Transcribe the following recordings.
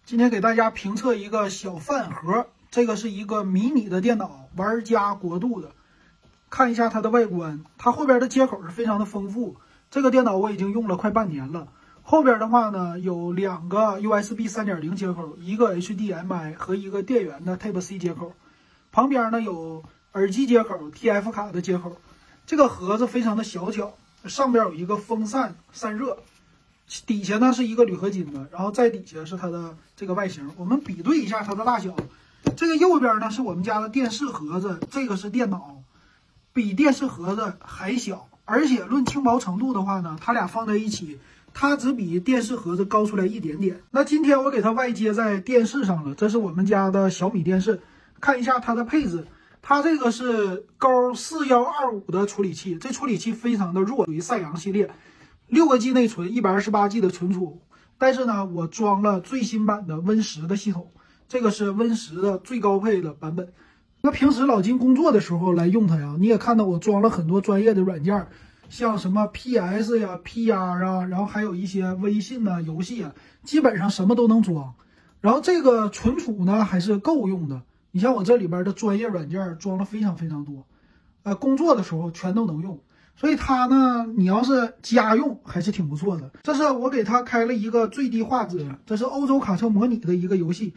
今天给大家评测一个小饭盒，这个是一个迷你的电脑，玩家国度的。看一下它的外观，它后边的接口是非常的丰富。这个电脑我已经用了快半年了。后边的话呢，有2个 USB 3.0 接口，一个 HDMI 和一个电源的 Type-C 接口。旁边呢有耳机接口、TF 卡的接口。这个盒子非常的小巧，上边有一个风扇散热。底下呢是一个铝合金的，然后在底下是它的这个外形。我们比对一下它的大小。这个右边呢是我们家的电视盒子，这个是电脑，比电视盒子还小。而且论轻薄程度的话呢，它俩放在一起，它只比电视盒子高出来一点点。那今天我给它外接在电视上了，这是我们家的小米电视。看一下它的配置，它这个是高4125的处理器，这处理器非常的弱，属于赛扬系列。6个 G 内存，128G 的存储，但是呢，我装了最新版的 Win10 的系统，这个是 Win10 的最高配的版本。那平时老金工作的时候来用它呀，你也看到我装了很多专业的软件，像什么 PS 呀、PR 啊，然后还有一些微信啊、游戏啊，基本上什么都能装。然后这个存储呢还是够用的，你像我这里边的专业软件装了非常非常多，工作的时候全都能用。所以它呢，你要是家用还是挺不错的。这是我给它开了一个最低画质，这是欧洲卡车模拟的一个游戏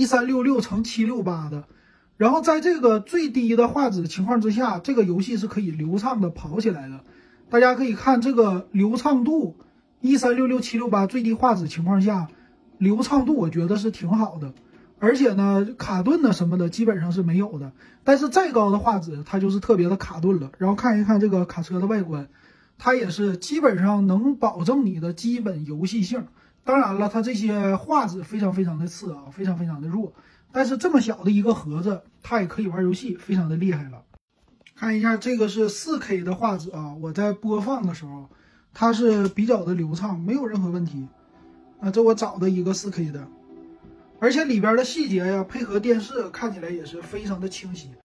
，1366×768的。然后在这个最低的画质情况之下，这个游戏是可以流畅的跑起来的。大家可以看这个流畅度，1366×768最低画质情况下，流畅度我觉得是挺好的。而且呢，卡顿呢什么的基本上是没有的，但是再高的画质它就是特别的卡顿了。然后看一看这个卡车的外观，它也是基本上能保证你的基本游戏性。当然了，它这些画质非常非常的次啊，非常非常的弱，但是这么小的一个盒子，它也可以玩游戏，非常的厉害了。看一下这个是 4K 的画质啊，我在播放的时候，它是比较的流畅，没有任何问题啊。这我找的一个 4K 的。而且里边的细节呀，配合电视看起来也是非常的清晰。